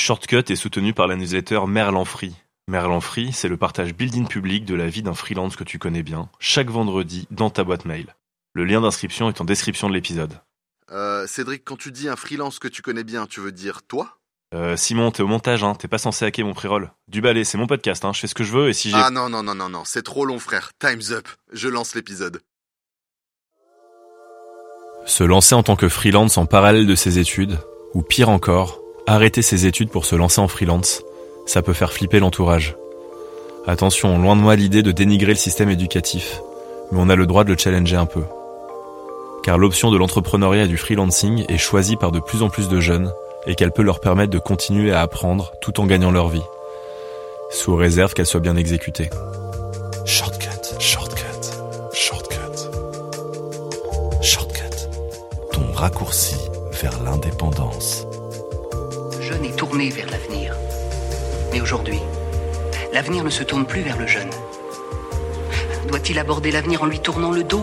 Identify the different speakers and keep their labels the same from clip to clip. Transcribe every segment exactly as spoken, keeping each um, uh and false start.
Speaker 1: Shortcut est soutenu par la newsletter Merlan Free. Merlan Free, c'est le partage build-in public de la vie d'un freelance que tu connais bien, chaque vendredi dans ta boîte mail. Le lien d'inscription est en description de l'épisode.
Speaker 2: Euh, Cédric, quand tu dis un freelance que tu connais bien, tu veux dire toi ?
Speaker 1: Euh, Simon, t'es au montage, hein, t'es pas censé hacker mon pré-roll. Du balai, c'est mon podcast, hein, je fais ce que je veux et si j'ai...
Speaker 2: Ah non, non, non, non, non, c'est trop long frère, time's up, je lance l'épisode.
Speaker 1: Se lancer en tant que freelance en parallèle de ses études, ou pire encore, arrêter ses études pour se lancer en freelance, ça peut faire flipper l'entourage. Attention, loin de moi l'idée de dénigrer le système éducatif, mais on a le droit de le challenger un peu. Car l'option de l'entrepreneuriat et du freelancing est choisie par de plus en plus de jeunes et qu'elle peut leur permettre de continuer à apprendre tout en gagnant leur vie, sous réserve qu'elle soit bien exécutée. Shortcut, shortcut, shortcut. Shortcut, ton raccourci vers l'indépendance.
Speaker 3: Le jeune est tourné vers l'avenir. Mais aujourd'hui, l'avenir ne se tourne plus vers le jeune. Doit-il aborder l'avenir en lui tournant le dos ?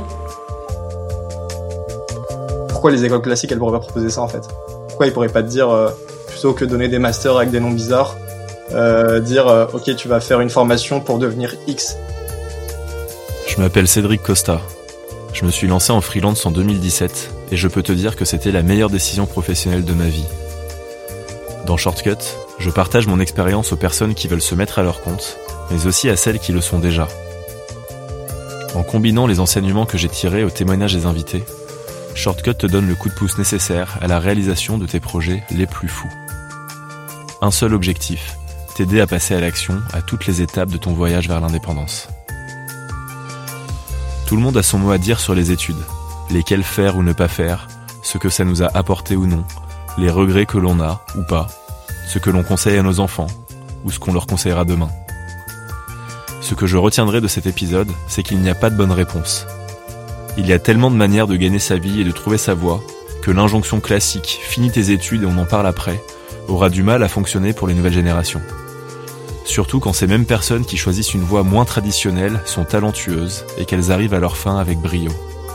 Speaker 4: Pourquoi les écoles classiques, elles pourraient pas proposer ça en fait ? Pourquoi ils pourraient pas te dire, euh, plutôt que donner des masters avec des noms bizarres, euh, dire euh, ok tu vas faire une formation pour devenir X.
Speaker 1: Je m'appelle Cédric Costa. Je me suis lancé en freelance en deux mille dix-sept et je peux te dire que c'était la meilleure décision professionnelle de ma vie. Dans Shortcut, je partage mon expérience aux personnes qui veulent se mettre à leur compte, mais aussi à celles qui le sont déjà. En combinant les enseignements que j'ai tirés aux témoignages des invités, Shortcut te donne le coup de pouce nécessaire à la réalisation de tes projets les plus fous. Un seul objectif, t'aider à passer à l'action à toutes les étapes de ton voyage vers l'indépendance. Tout le monde a son mot à dire sur les études, lesquelles faire ou ne pas faire, ce que ça nous a apporté ou non, les regrets que l'on a ou pas, ce que l'on conseille à nos enfants ou ce qu'on leur conseillera demain. Ce que je retiendrai de cet épisode, c'est qu'il n'y a pas de bonne réponse. Il y a tellement de manières de gagner sa vie et de trouver sa voie que l'injonction classique « finis tes études et on en parle après » aura du mal à fonctionner pour les nouvelles générations. Surtout quand ces mêmes personnes qui choisissent une voie moins traditionnelle sont talentueuses et qu'elles arrivent à leur fin avec brio.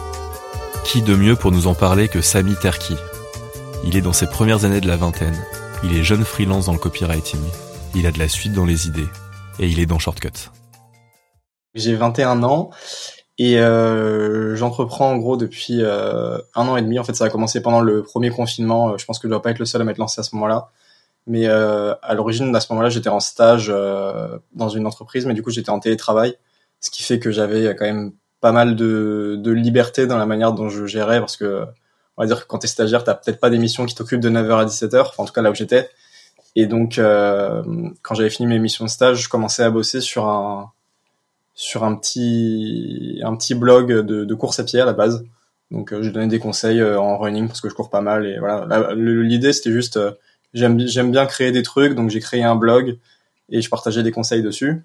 Speaker 1: Qui de mieux pour nous en parler que Sami Terki ? Il est dans ses premières années de la vingtaine, il est jeune freelance dans le copywriting, il a de la suite dans les idées et il est dans Shortcut.
Speaker 4: J'ai vingt et un ans. Et euh, j'entreprends en gros depuis euh, un an et demi. En fait, ça a commencé pendant le premier confinement. Je pense que je dois pas être le seul à m'être lancé à ce moment-là. Mais euh, à l'origine, à ce moment-là, j'étais en stage euh, dans une entreprise, mais du coup, j'étais en télétravail, ce qui fait que j'avais quand même pas mal de, de liberté dans la manière dont je gérais, parce que on va dire que quand t'es stagiaire, t'as peut-être pas des missions qui t'occupent de neuf heures à dix-sept heures. Enfin, en tout cas là où j'étais. Et donc, euh, quand j'avais fini mes missions de stage, je commençais à bosser sur un sur un petit un petit blog de, de course à pied à la base. Donc euh, je donnais des conseils euh, en running parce que je cours pas mal et voilà. La, le, l'idée c'était juste euh, j'aime j'aime bien créer des trucs, donc j'ai créé un blog et je partageais des conseils dessus.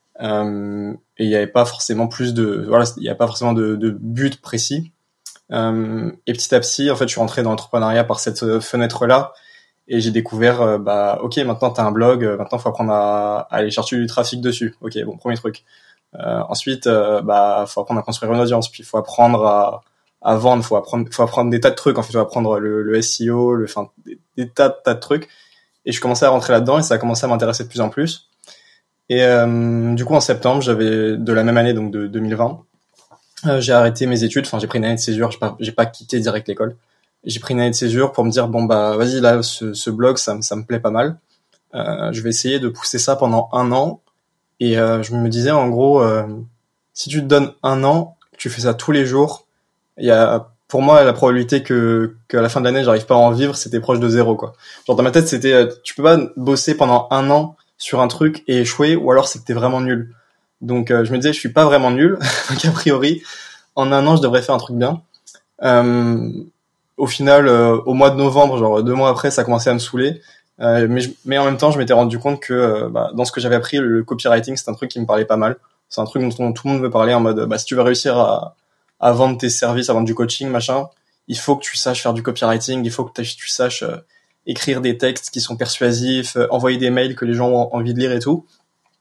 Speaker 4: Euh, et il y avait pas forcément plus de voilà, il y a pas forcément de, de but précis. Euh, et petit à petit en fait je suis rentré dans l'entrepreneuriat par cette fenêtre là et j'ai découvert euh, bah ok maintenant t'as un blog, maintenant faut apprendre à, à aller chercher du trafic dessus. Ok bon premier truc. Euh, ensuite, euh, bah, faut apprendre à construire une audience, puis il faut apprendre à, à vendre, faut apprendre, faut apprendre des tas de trucs. En fait, faut apprendre le, le S E O, le, enfin, des, des tas, tas de trucs. Et je commençais à rentrer là-dedans et ça a commencé à m'intéresser de plus en plus. Et euh, du coup, en septembre, j'avais de la même année, donc de deux mille vingt, euh, j'ai arrêté mes études. Enfin, j'ai pris une année de césure. J'ai pas, j'ai pas quitté direct l'école. J'ai pris une année de césure pour me dire bon bah, vas-y là, ce, ce blog, ça, me ça me plaît pas mal. Euh, je vais essayer de pousser ça pendant un an. Et euh, je me disais en gros, euh, si tu te donnes un an, tu fais ça tous les jours, il y a pour moi la probabilité que qu'à la fin de l'année j'arrive pas à en vivre, c'était proche de zéro quoi. Genre dans ma tête c'était, euh, tu peux pas bosser pendant un an sur un truc et échouer, ou alors c'est que t'es vraiment nul. Donc euh, je me disais je suis pas vraiment nul, donc a priori en un an je devrais faire un truc bien. Euh, au final, euh, au mois de novembre, genre deux mois après, ça a commencé à me saouler. Euh, mais, je, mais en même temps, je m'étais rendu compte que euh, bah, dans ce que j'avais appris, le, le copywriting, c'est un truc qui me parlait pas mal. C'est un truc dont, dont tout le monde veut parler en mode, bah, si tu veux réussir à, à vendre tes services, à vendre du coaching, machin, il faut que tu saches faire du copywriting, il faut que tu saches euh, écrire des textes qui sont persuasifs, euh, envoyer des mails que les gens ont envie de lire et tout.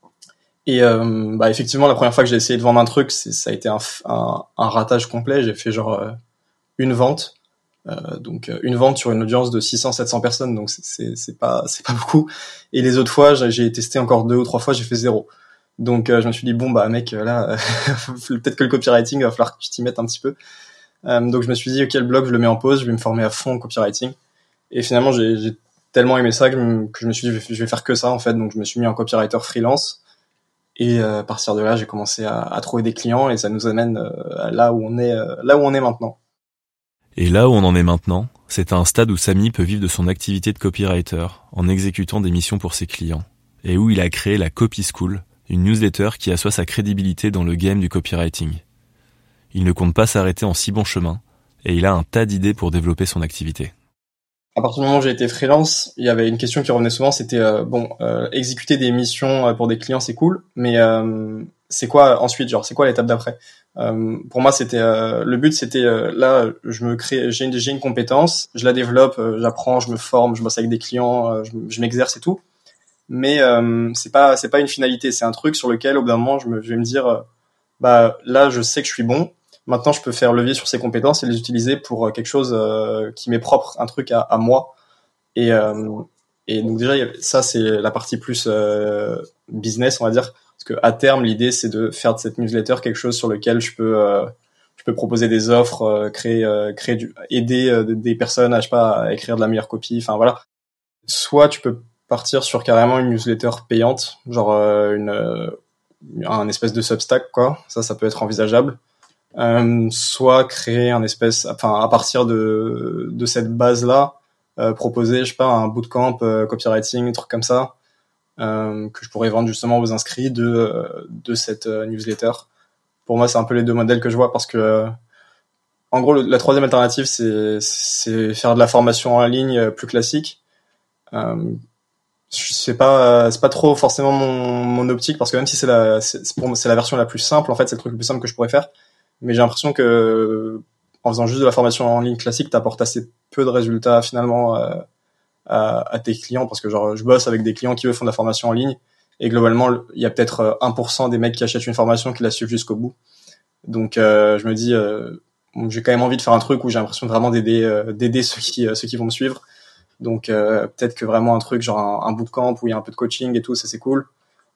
Speaker 4: Et euh, bah, effectivement, la première fois que j'ai essayé de vendre un truc, c'est, ça a été un, un, un ratage complet. J'ai fait genre euh, une vente. Euh, donc une vente sur une audience de six cents sept cents personnes, donc c'est c'est, c'est pas c'est pas beaucoup. Et les autres fois, j'ai, j'ai testé encore deux ou trois fois, j'ai fait zéro. Donc euh, je me suis dit bon bah mec là peut-être que le copywriting va falloir que tu t'y mettes un petit peu. Euh, donc je me suis dit ok, le blog je le mets en pause, je vais me former à fond au copywriting. Et finalement j'ai, j'ai tellement aimé ça que je, me, que je me suis dit je vais, je vais faire que ça en fait. Donc je me suis mis en copywriter freelance. Et euh, à partir de là, j'ai commencé à, à trouver des clients et ça nous amène euh, à là où on est euh, là où on est maintenant.
Speaker 1: Et là où on en est maintenant, c'est à un stade où Samy peut vivre de son activité de copywriter en exécutant des missions pour ses clients, et où il a créé la Copy School, une newsletter qui assoit sa crédibilité dans le game du copywriting. Il ne compte pas s'arrêter en si bon chemin, et il a un tas d'idées pour développer son activité.
Speaker 4: À partir du moment où j'ai été freelance, il y avait une question qui revenait souvent, c'était euh, bon, euh, exécuter des missions pour des clients c'est cool, mais euh, c'est quoi ensuite, genre c'est quoi l'étape d'après? Euh, pour moi, c'était euh, le but, c'était euh, là, je me crée, j'ai une, j'ai une compétence, je la développe, euh, j'apprends, je me forme, je bosse avec des clients, euh, je, je m'exerce et tout. Mais euh, c'est pas, c'est pas une finalité, c'est un truc sur lequel au bout d'un moment, je, me, je vais me dire, euh, bah là, je sais que je suis bon. Maintenant, je peux faire levier sur ces compétences et les utiliser pour quelque chose euh, qui m'est propre, un truc à, à moi. Et, euh, et donc déjà, ça, c'est la partie plus euh, business, on va dire. Parce que à terme, l'idée, c'est de faire de cette newsletter quelque chose sur lequel je peux, euh, je peux proposer des offres, euh, créer, euh, créer du, aider euh, des personnes, à, je sais pas, à écrire de la meilleure copie. Enfin voilà. Soit tu peux partir sur carrément une newsletter payante, genre euh, une, euh, un espèce de Substack, quoi. Ça, ça peut être envisageable. Euh, soit créer un espèce, enfin à partir de de cette base-là, euh, proposer, je sais pas, un bootcamp euh, copywriting, un truc comme ça. Euh, que je pourrais vendre justement aux inscrits de de cette euh, newsletter. Pour moi, c'est un peu les deux modèles que je vois parce que euh, en gros, le, la troisième alternative, c'est c'est faire de la formation en ligne euh, plus classique. Euh, c'est pas c'est pas trop forcément mon mon optique parce que même si c'est la c'est, c'est pour moi, c'est la version la plus simple, en fait, c'est le truc le plus simple que je pourrais faire. Mais j'ai l'impression que en faisant juste de la formation en ligne classique, t'apportes assez peu de résultats finalement euh, À, à tes clients parce que genre je bosse avec des clients qui eux font de la formation en ligne et globalement il y a peut-être un pour cent des mecs qui achètent une formation qui la suivent jusqu'au bout. Donc euh, je me dis euh, j'ai quand même envie de faire un truc où j'ai l'impression vraiment d'aider euh, d'aider ceux qui euh, ceux qui vont me suivre. Donc euh, peut-être que vraiment un truc genre un, un bootcamp où il y a un peu de coaching et tout, ça c'est cool.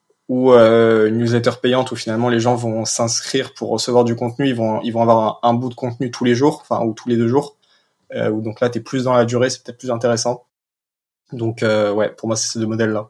Speaker 4: Ou euh, une newsletter payante où finalement les gens vont s'inscrire pour recevoir du contenu, ils vont ils vont avoir un, un bout de contenu tous les jours, enfin ou tous les deux jours. Euh, où donc là t'es plus dans la durée, c'est peut-être plus intéressant. Donc euh, ouais, pour moi c'est ces deux modèles-là.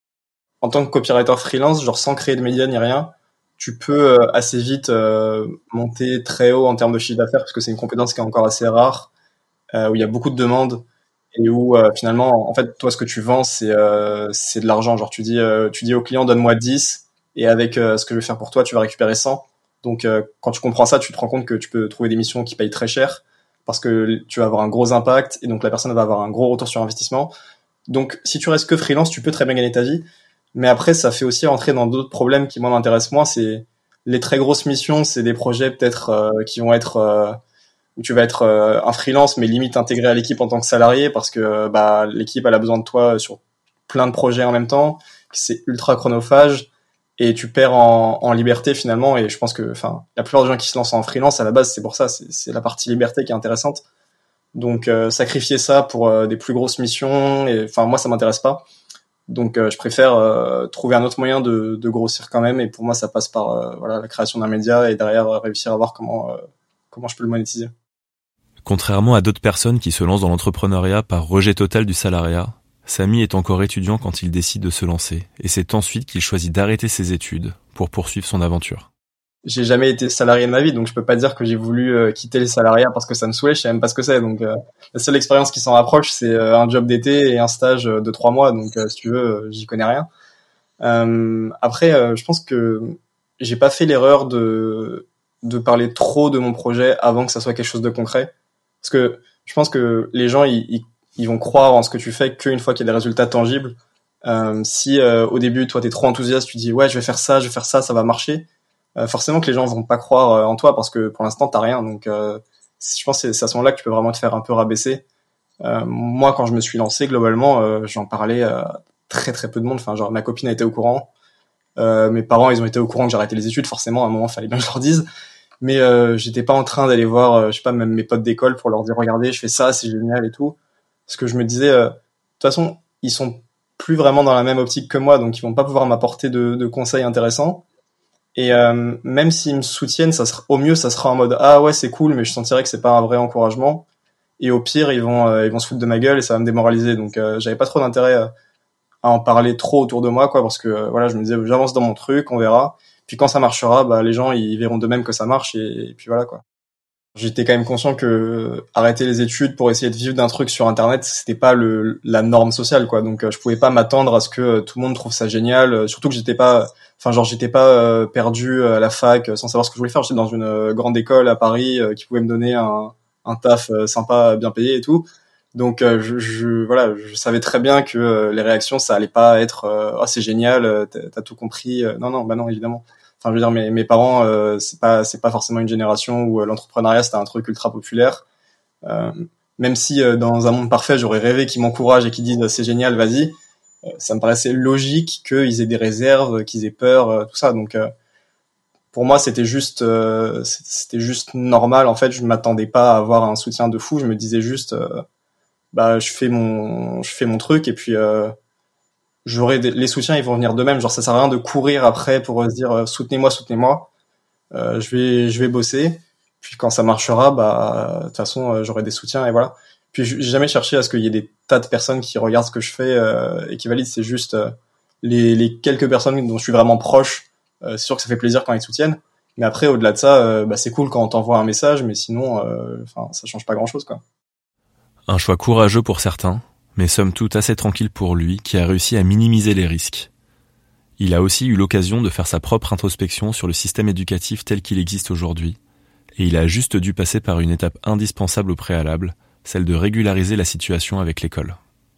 Speaker 4: En tant que copywriter freelance, genre sans créer de médias ni rien, tu peux euh, assez vite euh, monter très haut en termes de chiffre d'affaires parce que c'est une compétence qui est encore assez rare, euh, où il y a beaucoup de demandes et où euh, finalement, en fait, toi ce que tu vends c'est euh, c'est de l'argent. Genre tu dis euh, tu dis au client donne-moi dix et avec euh, ce que je vais faire pour toi, tu vas récupérer cent. Donc euh, quand tu comprends ça, tu te rends compte que tu peux trouver des missions qui payent très cher parce que tu vas avoir un gros impact et donc la personne va avoir un gros retour sur investissement. Donc, si tu restes que freelance, tu peux très bien gagner ta vie. Mais après, ça fait aussi rentrer dans d'autres problèmes qui, moi, m'intéressent moins. C'est les très grosses missions, c'est des projets peut-être euh, qui vont être euh, où tu vas être euh, un freelance, mais limite intégré à l'équipe en tant que salarié parce que bah l'équipe elle a besoin de toi sur plein de projets en même temps. C'est ultra chronophage et tu perds en, en liberté finalement. Et je pense que, enfin, la plupart des gens qui se lancent en freelance à la base, c'est pour ça. C'est, c'est la partie liberté qui est intéressante. Donc euh, sacrifier ça pour euh, des plus grosses missions, et enfin moi ça m'intéresse pas. Donc euh, je préfère euh, trouver un autre moyen de, de grossir quand même. Et pour moi ça passe par euh, voilà la création d'un média et derrière euh, réussir à voir comment euh, comment je peux le monétiser.
Speaker 1: Contrairement à d'autres personnes qui se lancent dans l'entrepreneuriat par rejet total du salariat, Samy est encore étudiant quand il décide de se lancer, et c'est ensuite qu'il choisit d'arrêter ses études pour poursuivre son aventure.
Speaker 4: J'ai jamais été salarié de ma vie, donc je peux pas dire que j'ai voulu euh, quitter le salariat parce que ça me saoulait, je sais même pas ce que c'est. Donc euh, la seule expérience qui s'en rapproche, c'est euh, un job d'été et un stage de trois mois, donc euh, si tu veux, euh, j'y connais rien. Euh, après, euh, je pense que j'ai pas fait l'erreur de de parler trop de mon projet avant que ça soit quelque chose de concret, parce que je pense que les gens ils ils, ils vont croire en ce que tu fais qu'une fois qu'il y a des résultats tangibles. Euh, si euh, au début toi t'es trop enthousiaste, tu dis ouais je vais faire ça, je vais faire ça, ça va marcher. Euh, forcément que les gens vont pas croire euh, en toi parce que pour l'instant t'as rien, donc euh, je pense que c'est à ce moment-là que tu peux vraiment te faire un peu rabaisser. Euh, moi quand je me suis lancé globalement euh, j'en parlais à très très peu de monde, enfin genre ma copine a été au courant, euh, mes parents ils ont été au courant que j'ai arrêté les études, forcément à un moment fallait bien que je leur dise, mais euh, j'étais pas en train d'aller voir, euh, je sais pas, même mes potes d'école pour leur dire regardez, je fais ça, c'est génial et tout. Parce que je me disais, euh, de toute façon, ils sont plus vraiment dans la même optique que moi, donc ils vont pas pouvoir m'apporter de, de conseils intéressants. Et euh, même s'ils me soutiennent, ça sera, au mieux, ça sera en mode ah ouais c'est cool, mais je sentirais que c'est pas un vrai encouragement. Et au pire, ils vont euh, ils vont se foutre de ma gueule et ça va me démoraliser. Donc euh, j'avais pas trop d'intérêt à, à en parler trop autour de moi, quoi, parce que euh, voilà, je me disais j'avance dans mon truc, on verra. Puis quand ça marchera, bah les gens ils verront de même que ça marche et, et puis voilà quoi. J'étais quand même conscient que euh, arrêter les études pour essayer de vivre d'un truc sur internet, c'était pas le la norme sociale quoi. Donc euh, je pouvais pas m'attendre à ce que euh, tout le monde trouve ça génial, euh, surtout que j'étais pas enfin genre j'étais pas euh, perdu à la fac euh, sans savoir ce que je voulais faire. J'étais dans une euh, grande école à Paris euh, qui pouvait me donner un un taf euh, sympa, bien payé et tout. Donc euh, je, je voilà, je savais très bien que euh, les réactions ça allait pas être euh, oh c'est génial, euh, t'as, t'as tout compris. Euh, non non, bah non évidemment. Enfin, je veux dire, mes, mes parents, euh, c'est pas, c'est pas forcément une génération où euh, l'entrepreneuriat c'était un truc ultra populaire. Euh, même si euh, dans un monde parfait, j'aurais rêvé qu'ils m'encouragent et qu'ils disent c'est génial, vas-y. Euh, ça me paraissait logique qu'ils aient des réserves, qu'ils aient peur, euh, tout ça. Donc, euh, pour moi, c'était juste, euh, c'était juste normal. En fait, je m'attendais pas à avoir un soutien de fou. Je me disais juste, euh, bah, je fais mon, je fais mon truc et puis. Euh, j'aurai des, les soutiens ils vont venir d'eux-mêmes, genre ça sert à rien de courir après pour se dire euh, soutenez-moi soutenez-moi euh, je vais je vais bosser puis quand ça marchera bah de toute façon euh, j'aurai des soutiens et voilà. Puis j'ai jamais cherché à ce qu'il y ait des tas de personnes qui regardent ce que je fais euh, et qui valident. C'est juste euh, les les quelques personnes dont je suis vraiment proche, euh, c'est sûr que ça fait plaisir quand ils soutiennent, mais après au-delà de ça euh, bah c'est cool quand on t'envoie un message, mais sinon enfin euh, ça change pas grand-chose quoi.
Speaker 1: Un choix courageux pour certains, mais somme toute assez tranquille pour lui qui a réussi à minimiser les risques. Il a aussi eu l'occasion de faire sa propre introspection sur le système éducatif tel qu'il existe aujourd'hui, et il a juste dû passer par une étape indispensable au préalable, celle de régulariser la situation avec l'école.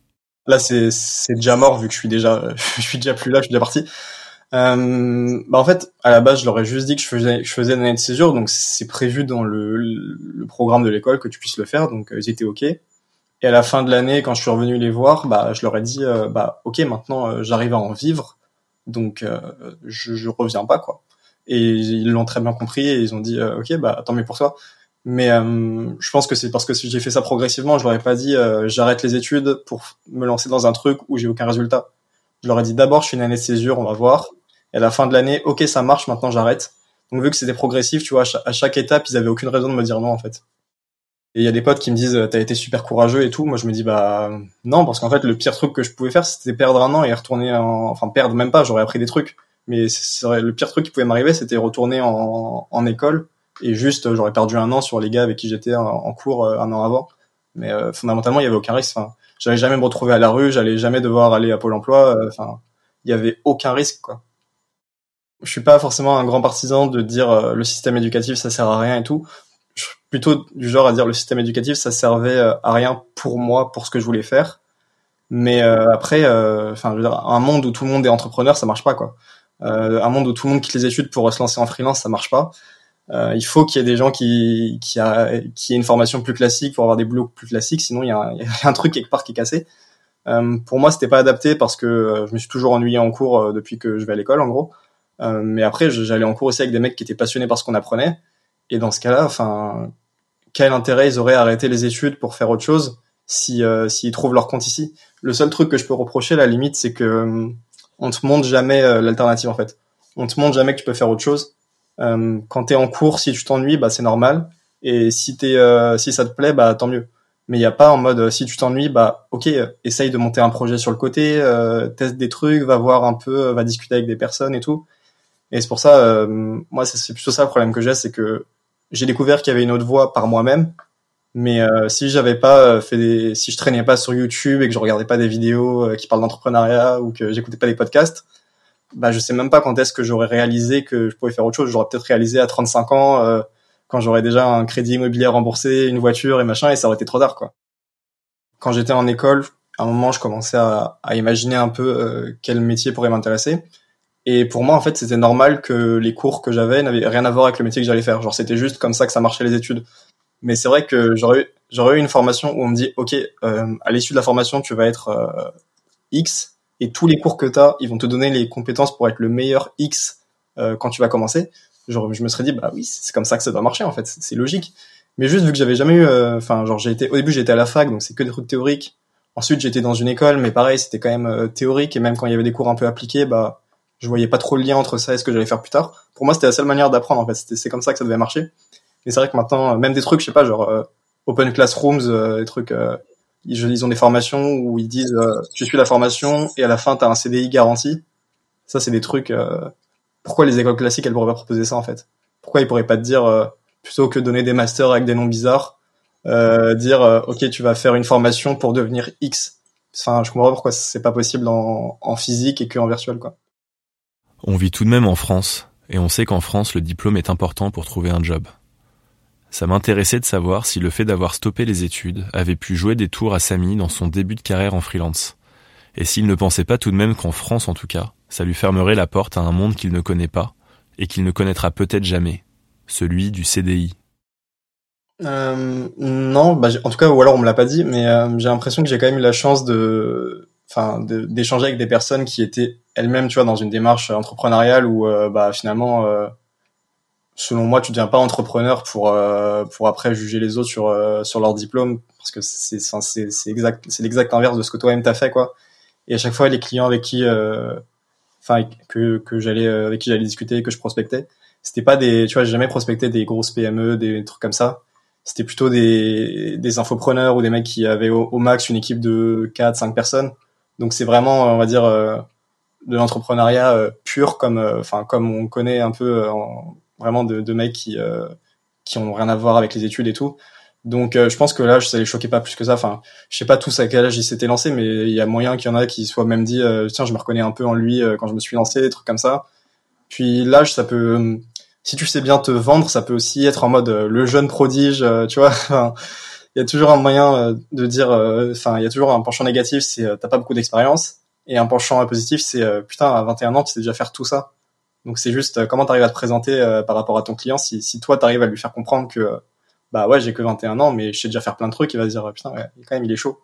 Speaker 4: Là c'est c'est déjà mort vu que je suis déjà je suis déjà plus là, je suis déjà parti. Euh, bah en fait à la base je leur ai juste dit que je faisais je faisais une année de césure, donc c'est prévu dans le le programme de l'école que tu puisses le faire, donc euh, ils étaient ok. Et à la fin de l'année, quand je suis revenu les voir, bah, je leur ai dit, euh, bah, ok, maintenant, euh, j'arrive à en vivre, donc euh, je, je reviens pas, quoi. Et ils l'ont très bien compris et ils ont dit, euh, ok, bah, tant mieux pour toi. Mais euh, je pense que c'est parce que si j'ai fait ça progressivement, je leur ai pas dit, euh, j'arrête les études pour me lancer dans un truc où j'ai aucun résultat. Je leur ai dit, d'abord, je fais une année de césure, on va voir. Et à la fin de l'année, ok, ça marche, maintenant j'arrête. Donc vu que c'était progressif, tu vois, à chaque, à chaque étape, ils avaient aucune raison de me dire non, en fait. Et il y a des potes qui me disent t'as été super courageux et tout. Moi je me dis bah non, parce qu'en fait le pire truc que je pouvais faire c'était perdre un an et retourner en... enfin perdre même pas, j'aurais appris des trucs, mais c'est vrai, le pire truc qui pouvait m'arriver c'était retourner en, en école et juste j'aurais perdu un an sur les gars avec qui j'étais en, en cours un an avant. Mais euh, fondamentalement il y avait aucun risque, enfin j'allais jamais me retrouver à la rue, j'allais jamais devoir aller à Pôle emploi, enfin il y avait aucun risque quoi. Je suis pas forcément un grand partisan de dire euh, le système éducatif ça sert à rien et tout. Je suis plutôt du genre à dire le système éducatif ça servait à rien pour moi, pour ce que je voulais faire, mais euh, après enfin euh, je veux dire, un monde où tout le monde est entrepreneur ça marche pas quoi. Euh, un monde où tout le monde quitte les études pour se lancer en freelance ça marche pas. Euh, il faut qu'il y ait des gens qui qui a qui aient une formation plus classique pour avoir des boulots plus classiques, sinon il y a un, il y a un truc quelque part qui est cassé. Euh, pour moi c'était pas adapté parce que je me suis toujours ennuyé en cours euh, depuis que je vais à l'école en gros. Euh, mais après j'allais en cours aussi avec des mecs qui étaient passionnés par ce qu'on apprenait. Et dans ce cas-là, enfin, quel intérêt ils auraient à arrêter les études pour faire autre chose si euh, s'ils trouvent leur compte ici. Le seul truc que je peux reprocher, à la limite, c'est que euh, on te montre jamais euh, l'alternative en fait. On te montre jamais que tu peux faire autre chose. Euh, quand t'es en cours, si tu t'ennuies, bah c'est normal. Et si t'es, euh, si ça te plaît, bah tant mieux. Mais il y a pas en mode euh, si tu t'ennuies, bah ok, euh, essaye de monter un projet sur le côté, euh, teste des trucs, va voir un peu, euh, va discuter avec des personnes et tout. Et c'est pour ça, euh, moi c'est plutôt ça le problème que j'ai, c'est que j'ai découvert qu'il y avait une autre voie par moi-même, mais euh, si j'avais pas fait des, si je traînais pas sur YouTube et que je regardais pas des vidéos euh, qui parlent d'entrepreneuriat ou que j'écoutais pas des podcasts, bah je sais même pas quand est-ce que j'aurais réalisé que je pouvais faire autre chose. J'aurais peut-être réalisé à trente-cinq ans euh, quand j'aurais déjà un crédit immobilier remboursé, une voiture et machin, et ça aurait été trop tard quoi. Quand j'étais en école, à un moment je commençais à, à imaginer un peu euh, quel métier pourrait m'intéresser. Et pour moi, en fait, c'était normal que les cours que j'avais n'avaient rien à voir avec le métier que j'allais faire. Genre, c'était juste comme ça que ça marchait les études. Mais c'est vrai que j'aurais eu, j'aurais eu une formation où on me dit, OK, euh, à l'issue de la formation, tu vas être euh, X, et tous les cours que t'as, ils vont te donner les compétences pour être le meilleur X euh, quand tu vas commencer. genre je me serais dit bah oui, c'est comme ça que ça doit marcher en fait, c'est, c'est logique. Mais juste vu que j'avais jamais eu, enfin euh, genre j'ai été, au début j'étais à la fac, donc c'est que des trucs théoriques. Ensuite j'étais dans une école, mais pareil c'était quand même euh, théorique, et même quand il y avait des cours un peu appliqués, bah je voyais pas trop le lien entre ça et ce que j'allais faire plus tard. Pour moi c'était la seule manière d'apprendre en fait, c'était, c'est comme ça que ça devait marcher. Mais c'est vrai que maintenant, même des trucs, je sais pas, genre euh, Open Classrooms, euh, des trucs, euh, ils, ils ont des formations où ils disent euh, tu suis la formation et à la fin t'as un C D I garanti. Ça c'est des trucs. Euh, pourquoi les écoles classiques elles pourraient pas proposer ça en fait? Pourquoi ils pourraient pas te dire euh, plutôt que donner des masters avec des noms bizarres, euh, dire euh, ok tu vas faire une formation pour devenir X. Enfin je comprends pas pourquoi c'est pas possible en, en physique et que en virtuel quoi.
Speaker 1: On vit tout de même en France et on sait qu'en France le diplôme est important pour trouver un job. Ça m'intéressait de savoir si le fait d'avoir stoppé les études avait pu jouer des tours à Samy dans son début de carrière en freelance. Et s'il ne pensait pas tout de même qu'en France en tout cas, ça lui fermerait la porte à un monde qu'il ne connaît pas et qu'il ne connaîtra peut-être jamais, celui du C D I.
Speaker 4: Euh, non, bah, en tout cas, ou alors on me l'a pas dit, mais euh, j'ai l'impression que j'ai quand même eu la chance de, enfin, de, d'échanger avec des personnes qui étaient elles-mêmes, tu vois, dans une démarche entrepreneuriale où, euh, bah, finalement, euh, selon moi, tu deviens pas entrepreneur pour euh, pour après juger les autres sur euh, sur leur diplôme, parce que c'est c'est c'est, c'est exact, c'est l'exact inverse de ce que toi-même t'as fait quoi. Et à chaque fois, les clients avec qui, enfin, euh, que que j'allais avec qui j'allais discuter, que je prospectais, c'était pas des, tu vois, j'ai jamais prospecté des grosses P M E, des trucs comme ça. C'était plutôt des des infopreneurs ou des mecs qui avaient au, au max une équipe de quatre cinq personnes. Donc c'est vraiment, on va dire, euh, de l'entrepreneuriat euh, pur, comme, enfin, euh, comme on connaît un peu. Euh, en, vraiment de, de mecs qui euh, qui ont rien à voir avec les études et tout. Donc euh, je pense que là ça les choquait pas plus que ça. Enfin je sais pas tous à quel âge ils s'étaient lancés, mais il y a moyen qu'il y en a qui soient même dit euh, tiens je me reconnais un peu en lui euh, quand je me suis lancé, des trucs comme ça. Puis l'âge ça peut, euh, si tu sais bien te vendre, ça peut aussi être en mode euh, le jeune prodige, euh, tu vois. Enfin il y a toujours un moyen euh, de dire, enfin euh, il y a toujours un penchant négatif, c'est euh, t'as pas beaucoup d'expérience, et un penchant positif c'est euh, putain à vingt et un ans tu sais déjà faire tout ça. Donc c'est juste euh, comment t'arrives à te présenter euh, par rapport à ton client. Si, si toi t'arrives à lui faire comprendre que euh, bah ouais j'ai que vingt et un ans mais je sais déjà faire plein de trucs, il va se dire putain ouais, quand même il est chaud.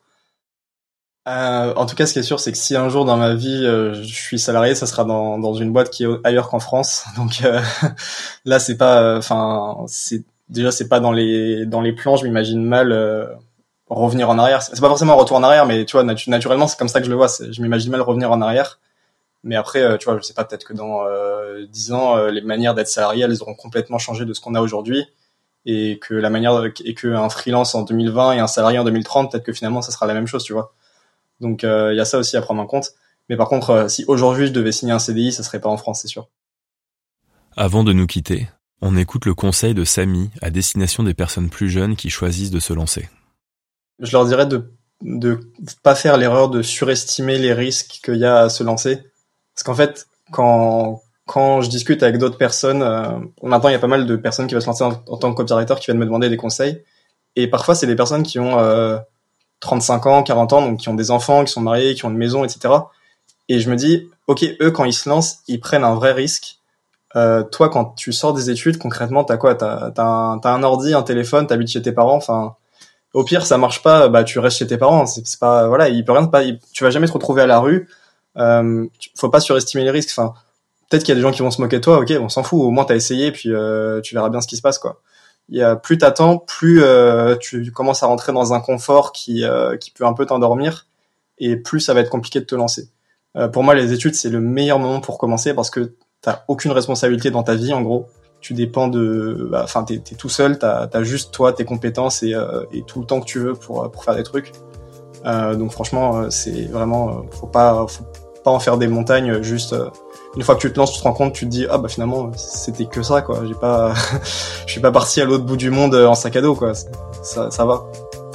Speaker 4: Euh, en tout cas ce qui est sûr c'est que si un jour dans ma vie euh, je suis salarié, ça sera dans dans une boîte qui est ailleurs qu'en France. Donc euh, là c'est pas, enfin euh, c'est déjà c'est pas dans les dans les plans. Je m'imagine mal euh, revenir en arrière. C'est pas forcément un retour en arrière, mais tu vois natu- naturellement c'est comme ça que je le vois. C'est, je m'imagine mal revenir en arrière. Mais après, euh, tu vois, je sais pas, peut-être que dans euh, dix ans, euh, les manières d'être salarié, elles auront complètement changé de ce qu'on a aujourd'hui, et que la manière, et que un freelance en deux mille vingt et un salarié en deux mille trente, peut-être que finalement, ça sera la même chose, tu vois. Donc, il euh, y a ça aussi à prendre en compte. Mais par contre, euh, si aujourd'hui je devais signer un C D I, ça serait pas en France, c'est sûr.
Speaker 1: Avant de nous quitter, on écoute le conseil de Samy à destination des personnes plus jeunes qui choisissent de se lancer.
Speaker 4: Je leur dirais de de pas faire l'erreur de surestimer les risques qu'il y a à se lancer. Parce qu'en fait, quand quand je discute avec d'autres personnes, euh, maintenant il y a pas mal de personnes qui veulent se lancer en, en tant que copywriter qui viennent me demander des conseils. Et parfois c'est des personnes qui ont euh, trente-cinq ans, quarante ans, donc qui ont des enfants, qui sont mariés, qui ont une maison, et cetera. Et je me dis, ok, eux quand ils se lancent, ils prennent un vrai risque. Euh, toi, quand tu sors des études, concrètement, t'as quoi? T'as t'as un, t'as un ordi, un téléphone, t'habites chez tes parents. Enfin, au pire, ça marche pas, bah tu restes chez tes parents. C'est, c'est pas, voilà, il peut rien, pas, il, tu vas jamais te retrouver à la rue. Euh, faut pas surestimer les risques. Enfin, peut-être qu'il y a des gens qui vont se moquer de toi. Ok, on s'en fout. Au moins t'as essayé, puis euh, tu verras bien ce qui se passe, quoi. Il y a plus t'attends, plus euh, tu commences à rentrer dans un confort qui euh, qui peut un peu t'endormir, et plus ça va être compliqué de te lancer. Euh, pour moi, les études c'est le meilleur moment pour commencer parce que t'as aucune responsabilité dans ta vie, en gros. Tu dépends de, enfin, bah, t'es, t'es tout seul. T'as, t'as juste toi, tes compétences et, euh, et tout le temps que tu veux pour pour faire des trucs. Euh, donc franchement, c'est vraiment, faut pas, faut pas en faire des montagnes. Juste euh, une fois que tu te lances, tu te rends compte, tu te dis ah bah finalement c'était que ça quoi. J'ai pas, je suis pas parti à l'autre bout du monde en sac à dos quoi. Ça, ça va.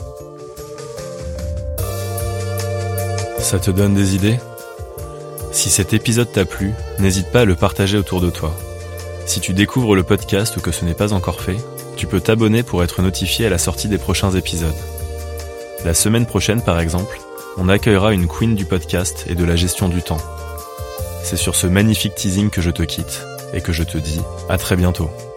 Speaker 1: Ça te donne des idées ? Si cet épisode t'a plu, n'hésite pas à le partager autour de toi. Si tu découvres le podcast ou que ce n'est pas encore fait, tu peux t'abonner pour être notifié à la sortie des prochains épisodes. La semaine prochaine, par exemple, on accueillera une queen du podcast et de la gestion du temps. C'est sur ce magnifique teasing que je te quitte et que je te dis à très bientôt.